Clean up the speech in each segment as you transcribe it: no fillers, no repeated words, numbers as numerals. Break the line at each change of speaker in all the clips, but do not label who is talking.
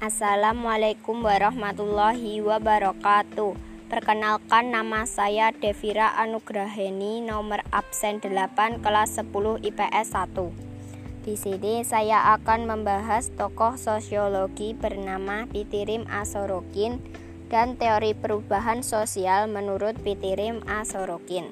Assalamualaikum warahmatullahi wabarakatuh. Perkenalkan, nama saya Devira Anugraheni, nomor absen 8 kelas 10 IPS 1. Di sini saya akan membahas tokoh sosiologi bernama Pitirim A.Sorokin dan teori perubahan sosial menurut Pitirim A.Sorokin.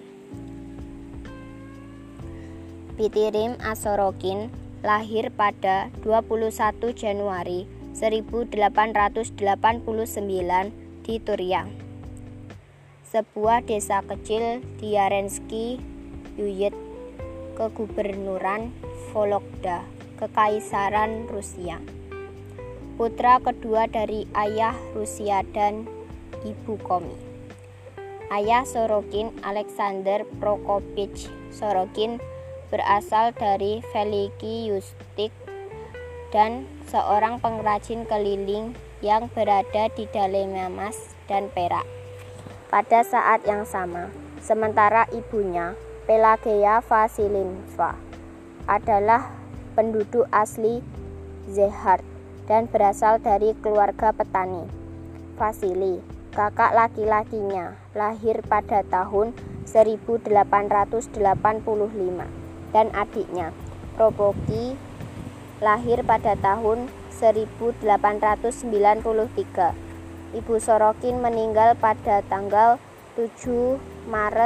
Pitirim A.Sorokin lahir pada 21 Januari 1889 di Turiang, sebuah desa kecil di Yarensky Uyezd, Kegubernuran Vologda, Kekaisaran Rusia. Putra kedua dari ayah Rusia dan ibu Komi. Ayah Sorokin, Alexander Prokopich Sorokin, berasal dari Veliki Ustyug dan seorang pengrajin keliling yang berada di Dalmamas dan Perak. Pada saat yang sama, sementara ibunya, Pelageya Vasilyevna, adalah penduduk asli Zhezhd dan berasal dari keluarga petani. Vasily, kakak laki-lakinya, lahir pada tahun 1885 dan adiknya, Prokopi, lahir pada tahun 1893. Ibu Sorokin meninggal pada tanggal 7 Maret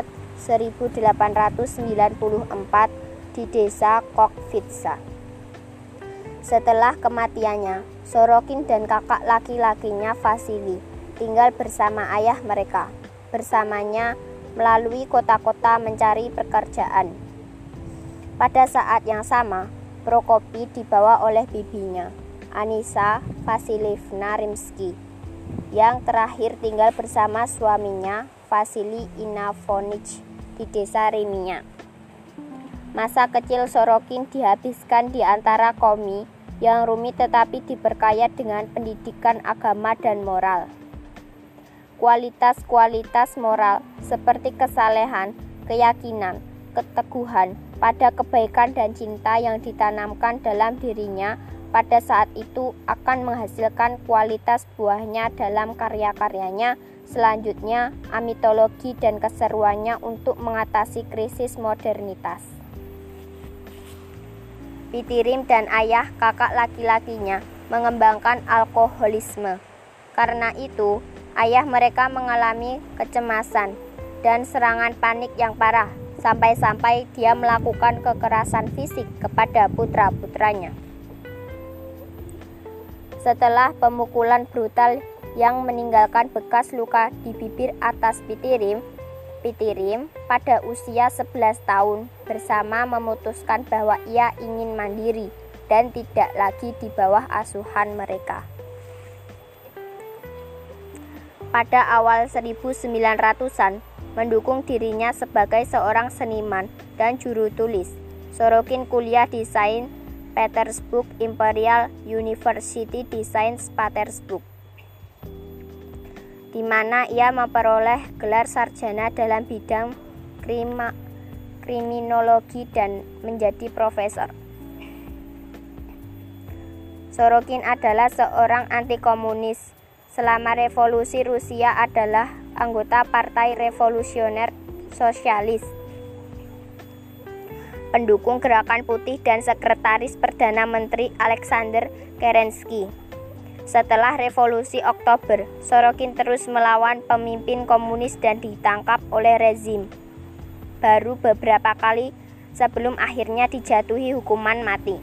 1894 di desa Kokvitsa. Setelah kematiannya, Sorokin dan kakak laki-lakinya Vasily tinggal bersama ayah mereka. Bersamanya melalui kota-kota mencari pekerjaan. Pada saat yang sama, Prokopi dibawa oleh bibinya, Anissa Vasilyevna Rimsky, yang terakhir tinggal bersama suaminya, Vasily Ivanovich, di desa Riminya. Masa kecil Sorokin dihabiskan di antara Komi yang rumit tetapi diperkaya dengan pendidikan agama dan moral. Kualitas-kualitas moral seperti kesalehan, keyakinan, keteguhan pada kebaikan dan cinta yang ditanamkan dalam dirinya pada saat itu akan menghasilkan kualitas buahnya dalam karya-karyanya selanjutnya, amitologi dan keseruannya untuk mengatasi krisis modernitas. Pitirim dan ayah kakak laki-lakinya mengembangkan alkoholisme. Karena itu, ayah mereka mengalami kecemasan dan serangan panik yang parah, sampai-sampai dia melakukan kekerasan fisik kepada putra-putranya. Setelah pemukulan brutal yang meninggalkan bekas luka di bibir atas Pitirim pada usia 11 tahun bersama memutuskan bahwa ia ingin mandiri dan tidak lagi di bawah asuhan mereka. Pada awal 1900-an, mendukung dirinya sebagai seorang seniman dan juru tulis, Sorokin kuliah di Saint Petersburg Imperial University di Saint Petersburg, di mana ia memperoleh gelar sarjana dalam bidang kriminologi dan menjadi profesor. Sorokin adalah seorang anti-komunis. Selama revolusi Rusia adalah anggota Partai Revolusioner Sosialis, pendukung Gerakan Putih dan sekretaris Perdana Menteri Alexander Kerensky. Setelah revolusi Oktober, Sorokin terus melawan pemimpin komunis dan ditangkap oleh rezim baru beberapa kali sebelum akhirnya dijatuhi hukuman mati.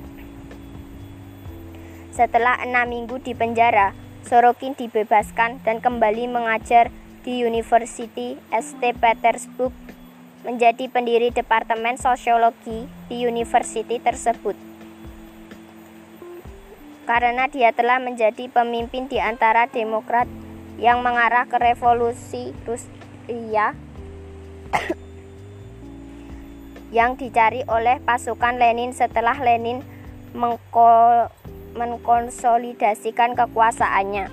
Setelah 6 minggu di penjara, Sorokin dibebaskan dan kembali mengajar di University St. Petersburg, menjadi pendiri Departemen Sosiologi di university tersebut. Karena dia telah menjadi pemimpin di antara Demokrat yang mengarah ke revolusi Rusia yang dicari oleh pasukan Lenin setelah Lenin mengkonsolidasikan kekuasaannya.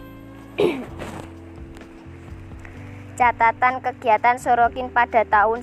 Catatan kegiatan Sorokin pada tahun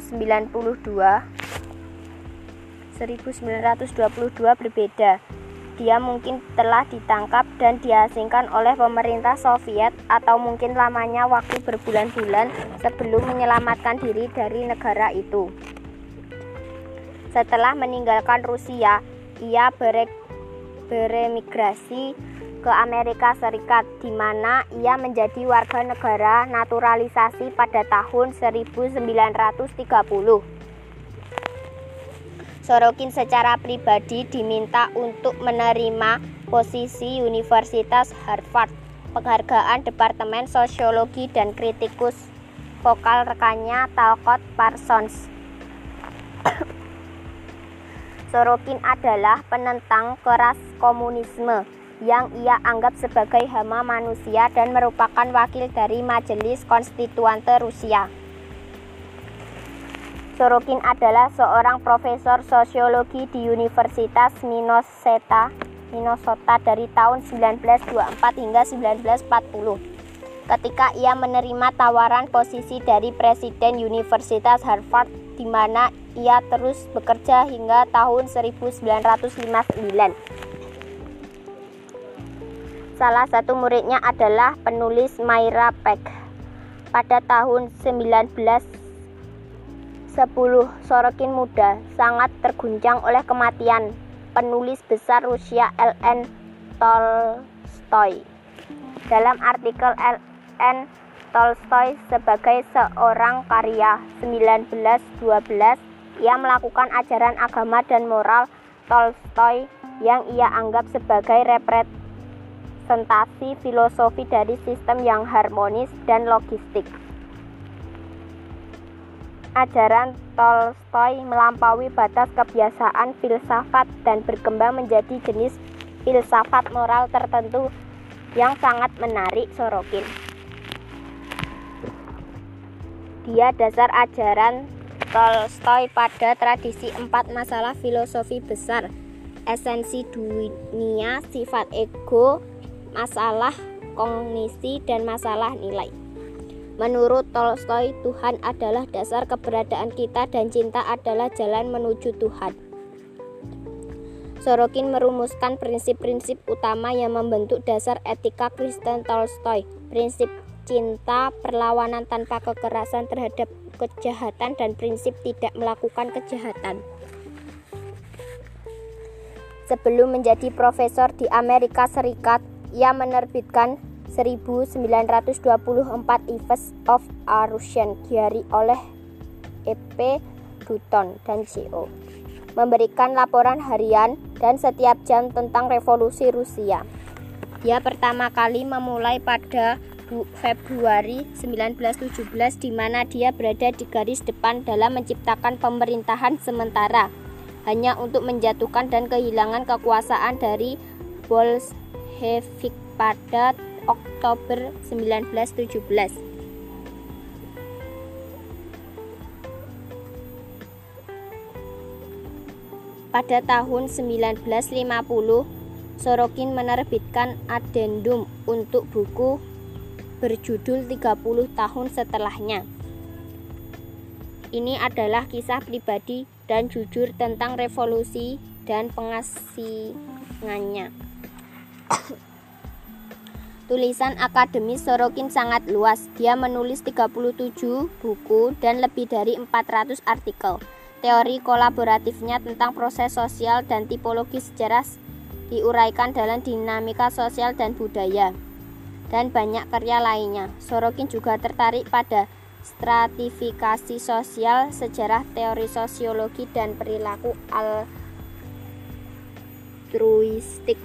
1922 berbeda. dia mungkin telah ditangkap dan diasingkan oleh pemerintah Soviet, atau mungkin lamanya waktu berbulan-bulan sebelum menyelamatkan diri dari negara itu. Setelah meninggalkan Rusia, ia beremigrasi ke Amerika Serikat, di mana ia menjadi warga negara naturalisasi pada tahun 1930. Sorokin secara pribadi diminta untuk menerima posisi Universitas Harvard, penghargaan Departemen Sosiologi dan kritikus vokal rekannya Talcott Parsons. Sorokin adalah penentang keras komunisme yang ia anggap sebagai hama manusia dan merupakan wakil dari Majelis Konstituante Rusia. Sorokin adalah seorang profesor sosiologi di Universitas Minnesota dari tahun 1924 hingga 1940. Ketika ia menerima tawaran posisi dari Presiden Universitas Harvard, di mana ia terus bekerja hingga tahun 1959. Salah satu muridnya adalah penulis Myra Peck. Pada tahun 1910, Sorokin muda sangat terguncang oleh kematian penulis besar Rusia L.N. Tolstoy. Dalam artikel L.N. Tolstoy sebagai seorang karya 1912, ia melakukan ajaran agama dan moral Tolstoy yang ia anggap sebagai representasi filosofi dari sistem yang harmonis dan logistik. Ajaran Tolstoy melampaui batas kebiasaan filsafat dan berkembang menjadi jenis filsafat moral tertentu yang sangat menarik Sorokin. Dia dasar ajaran Tolstoy pada tradisi 4 masalah filosofi besar: esensi dunia, sifat ego, masalah kognisi, dan masalah nilai. Menurut Tolstoy, Tuhan adalah dasar keberadaan kita dan cinta adalah jalan menuju Tuhan. Sorokin merumuskan prinsip-prinsip utama yang membentuk dasar etika Kristen Tolstoy. Prinsip cinta, perlawanan tanpa kekerasan terhadap kejahatan, dan prinsip tidak melakukan kejahatan. Sebelum menjadi profesor di Amerika Serikat, ia menerbitkan 1924 Effects of a Russian Diary oleh E.P. Dutton dan C.O. memberikan laporan harian dan setiap jam tentang revolusi Rusia. Dia pertama kali memulai pada Februari 1917, di mana dia berada di garis depan dalam menciptakan pemerintahan sementara hanya untuk menjatuhkan dan kehilangan kekuasaan dari Bolshevik pada Oktober 1917. Pada tahun 1950, Sorokin menerbitkan adendum untuk buku berjudul 30 tahun setelahnya. Ini adalah kisah pribadi dan jujur tentang revolusi dan pengasingannya. Tulisan akademis Sorokin sangat luas. Dia menulis 37 buku dan lebih dari 400 artikel. Teori kolaboratifnya tentang proses sosial dan tipologi sejarah diuraikan dalam dinamika sosial dan budaya, dan banyak karya lainnya. Sorokin juga tertarik pada stratifikasi sosial, sejarah, teori sosiologi, dan perilaku altruistik.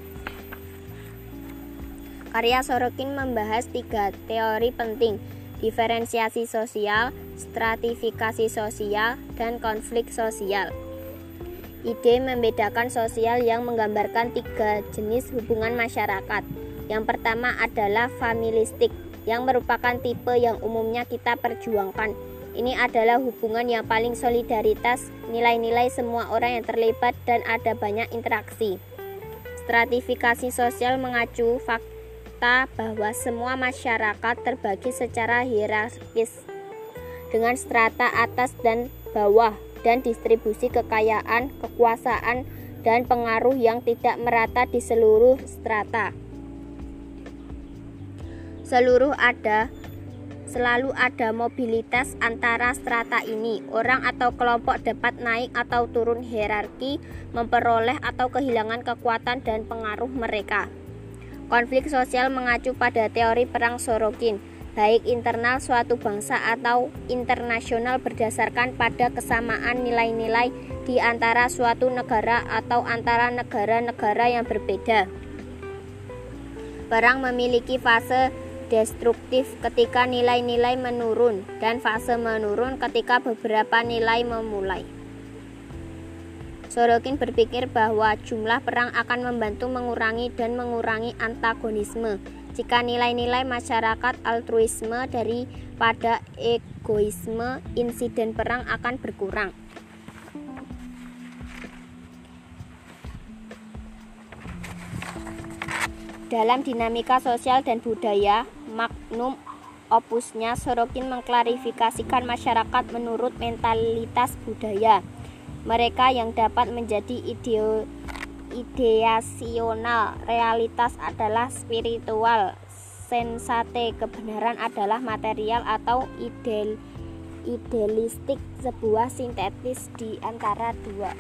Karya Sorokin membahas 3 teori penting: diferensiasi sosial, stratifikasi sosial, dan konflik sosial. Ide membedakan sosial yang menggambarkan 3 jenis hubungan masyarakat. Yang pertama adalah familistik, yang merupakan tipe yang umumnya kita perjuangkan. Ini adalah hubungan yang paling solidaritas, nilai-nilai semua orang yang terlibat, dan ada banyak interaksi. Stratifikasi sosial mengacu fakta bahwa semua masyarakat terbagi secara hierarkis dengan strata atas dan bawah, dan distribusi kekayaan, kekuasaan, dan pengaruh yang tidak merata di seluruh strata. Selalu ada mobilitas antara strata ini. Orang atau kelompok dapat naik atau turun hierarki, memperoleh atau kehilangan kekuatan dan pengaruh mereka. Konflik sosial mengacu pada teori perang Sorokin, baik internal suatu bangsa atau internasional berdasarkan pada kesamaan nilai-nilai di antara suatu negara atau antara negara-negara yang berbeda. Perang memiliki fase destruktif ketika nilai-nilai menurun dan fase menurun ketika beberapa nilai memulai. Sorokin berpikir bahwa jumlah perang akan membantu mengurangi antagonisme. Jika nilai-nilai masyarakat altruisme daripada egoisme, insiden perang akan berkurang. Dalam dinamika sosial dan budaya, magnum opusnya Sorokin mengklarifikasikan masyarakat menurut mentalitas budaya. Mereka yang dapat menjadi ideasional, realitas adalah spiritual, sensate, kebenaran adalah material atau idealistik, sebuah sintetis di antara dua.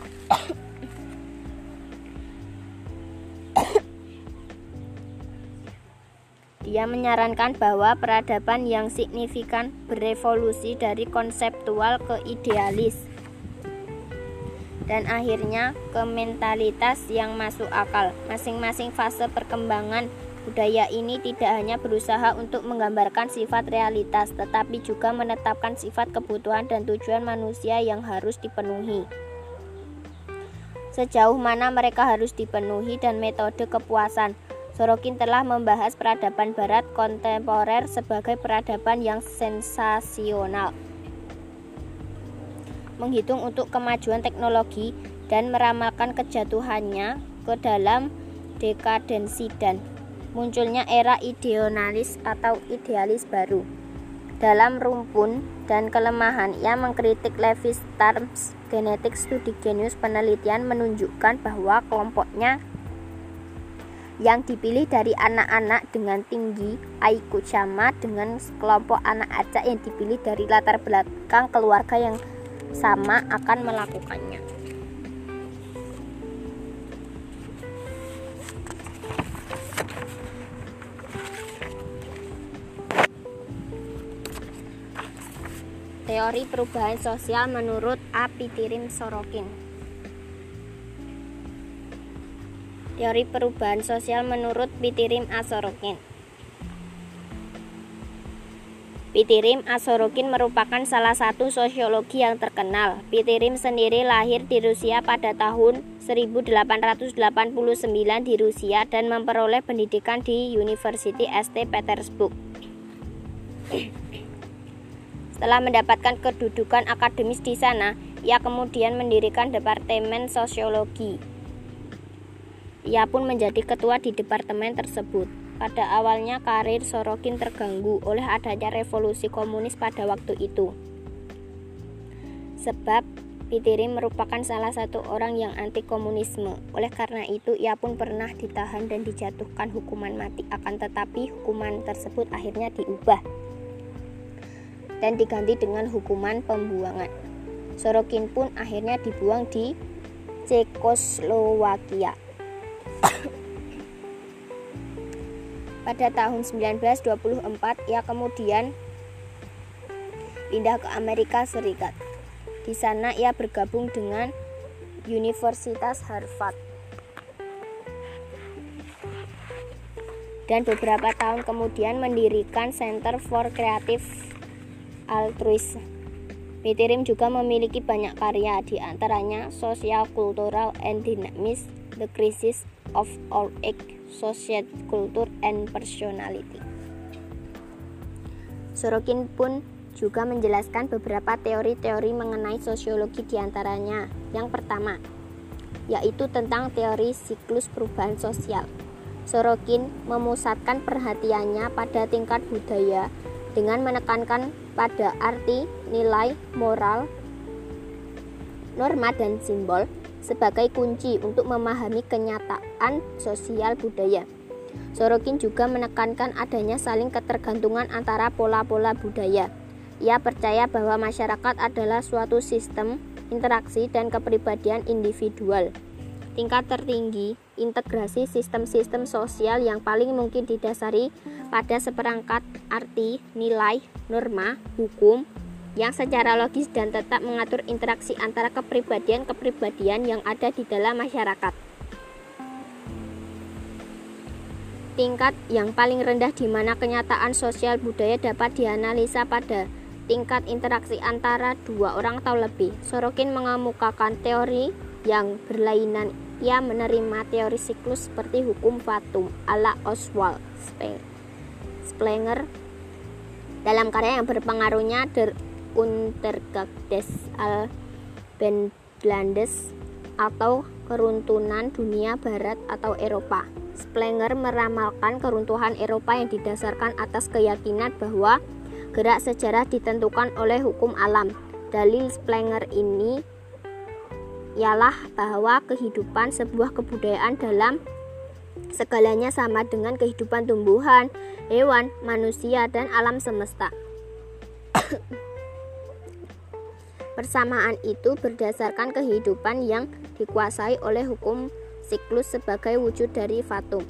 Dia menyarankan bahwa peradaban yang signifikan berevolusi dari konseptual ke idealis dan akhirnya ke mentalitas yang masuk akal. Masing-masing fase perkembangan budaya ini tidak hanya berusaha untuk menggambarkan sifat realitas, tetapi juga menetapkan sifat kebutuhan dan tujuan manusia yang harus dipenuhi. Sejauh mana mereka harus dipenuhi dan metode kepuasan. Sorokin telah membahas peradaban barat kontemporer sebagai peradaban yang sensasional, menghitung untuk kemajuan teknologi dan meramalkan kejatuhannya ke dalam dekadensi dan munculnya era idealis atau idealis baru. Dalam Rumpun dan Kelemahan, ia mengkritik Levi Strauss Genetic Study Genius. Penelitian menunjukkan bahwa kelompoknya yang dipilih dari anak-anak dengan tinggi IQ sama dengan kelompok anak acak yang dipilih dari latar belakang keluarga yang sama akan melakukannya. Teori perubahan sosial menurut A. Pitirim Sorokin. Teori perubahan sosial menurut Pitirim A. Sorokin. Pitirim A. Sorokin merupakan salah satu sosiologi yang terkenal. Pitirim sendiri lahir di Rusia pada tahun 1889 di Rusia dan memperoleh pendidikan di University St. Petersburg. Setelah mendapatkan kedudukan akademis di sana, ia kemudian mendirikan Departemen Sosiologi. Ia pun menjadi ketua di departemen tersebut. Pada awalnya karir Sorokin terganggu oleh adanya revolusi komunis pada waktu itu. Sebab Pitirim merupakan salah satu orang yang anti komunisme. Oleh karena itu ia pun pernah ditahan dan dijatuhkan hukuman mati. Akan tetapi hukuman tersebut akhirnya diubah dan diganti dengan hukuman pembuangan. Sorokin pun akhirnya dibuang di Cekoslowakia. Pada tahun 1924 ia kemudian pindah ke Amerika Serikat. Di sana ia bergabung dengan Universitas Harvard. Dan beberapa tahun kemudian mendirikan Center for Creative Altruism. Pitirim juga memiliki banyak karya, di antaranya Social, Cultural, and Dynamics, The Crisis of Our Age, Society, Culture, and Personality. Sorokin pun juga menjelaskan beberapa teori-teori mengenai sosiologi, di antaranya yang pertama, yaitu tentang teori siklus perubahan sosial. Sorokin memusatkan perhatiannya pada tingkat budaya dengan menekankan pada arti, nilai, moral, norma, dan simbol. sebagai kunci untuk memahami kenyataan sosial budaya. Sorokin juga menekankan adanya saling ketergantungan antara pola-pola budaya. Ia percaya bahwa masyarakat adalah suatu sistem interaksi dan kepribadian individual. Tingkat tertinggi integrasi sistem-sistem sosial yang paling mungkin didasari pada seperangkat arti, nilai, norma, hukum yang secara logis dan tetap mengatur interaksi antara kepribadian-kepribadian yang ada di dalam masyarakat. Tingkat yang paling rendah di mana kenyataan sosial budaya dapat dianalisa pada tingkat interaksi antara dua orang atau lebih. Sorokin mengemukakan teori yang berlainan. Ia menerima teori siklus seperti hukum Fatum ala Oswald Spengler dalam karya yang berpengaruhnya Der Untergang des Alpenlandes atau keruntuhan dunia barat atau Eropa. Spengler meramalkan keruntuhan Eropa yang didasarkan atas keyakinan bahwa gerak sejarah ditentukan oleh hukum alam. Dalil Spengler ini ialah bahwa kehidupan sebuah kebudayaan dalam segalanya sama dengan kehidupan tumbuhan, hewan, manusia, dan alam semesta. Persamaan itu berdasarkan kehidupan yang dikuasai oleh hukum siklus sebagai wujud dari Fatum.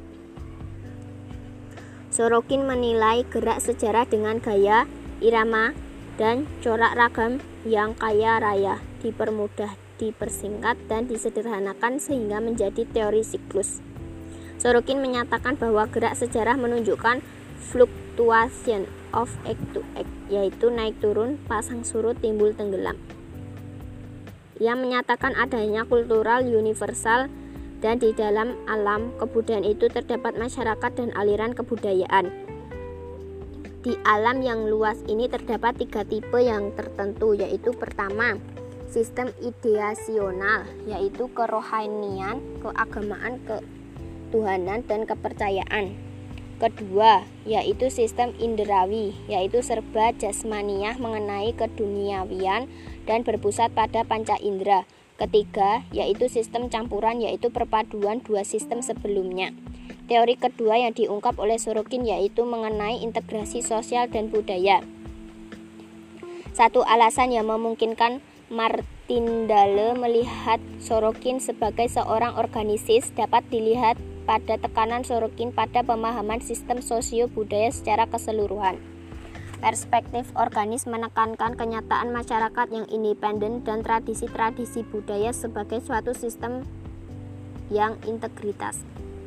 Sorokin menilai gerak sejarah dengan gaya, irama, dan corak ragam yang kaya raya, dipermudah, dipersingkat, dan disederhanakan sehingga menjadi teori siklus. Sorokin menyatakan bahwa gerak sejarah menunjukkan fluctuation of act to act, yaitu naik turun, pasang surut, timbul tenggelam. Ia menyatakan adanya kultural universal dan di dalam alam kebudayaan itu terdapat masyarakat dan aliran kebudayaan. Di alam yang luas ini terdapat 3 tipe yang tertentu, yaitu pertama, sistem ideasional, yaitu kerohanian, keagamaan, ketuhanan, dan kepercayaan. Kedua, yaitu sistem indrawi, yaitu serba jasmaniah mengenai keduniawian dan berpusat pada panca indera. Ketiga, yaitu sistem campuran, yaitu perpaduan dua sistem sebelumnya. Teori kedua yang diungkap oleh Sorokin yaitu mengenai integrasi sosial dan budaya. Satu alasan yang memungkinkan Martindale melihat Sorokin sebagai seorang organisis dapat dilihat pada tekanan Sorokin pada pemahaman sistem sosio-budaya secara keseluruhan. Perspektif organis menekankan kenyataan masyarakat yang independen dan tradisi-tradisi budaya sebagai suatu sistem yang integritas.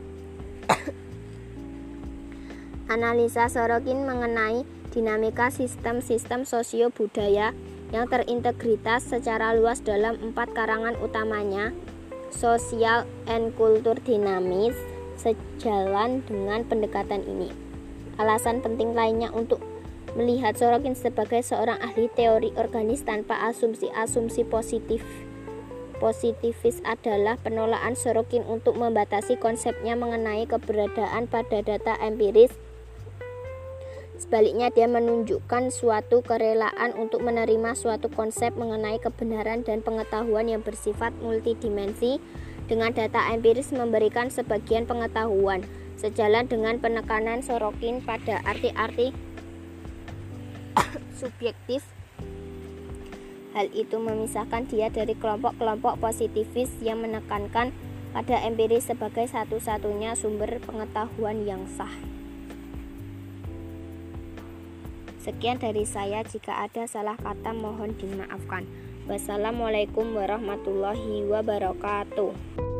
Analisa Sorokin mengenai dinamika sistem-sistem sosio-budaya yang terintegritas secara luas dalam 4 karangan utamanya, Social and Culture Dynamics, sejalan dengan pendekatan ini. Alasan penting lainnya untuk melihat Sorokin sebagai seorang ahli teori organis tanpa asumsi-asumsi positivis adalah penolakan Sorokin untuk membatasi konsepnya mengenai keberadaan pada data empiris. Sebaliknya, dia menunjukkan suatu kerelaan untuk menerima suatu konsep mengenai kebenaran dan pengetahuan yang bersifat multidimensi dengan data empiris memberikan sebagian pengetahuan, sejalan dengan penekanan Sorokin pada arti-arti subjektif. Hal itu memisahkan dia dari kelompok-kelompok positivis yang menekankan pada empiris sebagai satu-satunya sumber pengetahuan yang sah. Sekian dari saya, jika ada salah kata mohon dimaafkan. Wassalamualaikum warahmatullahi wabarakatuh.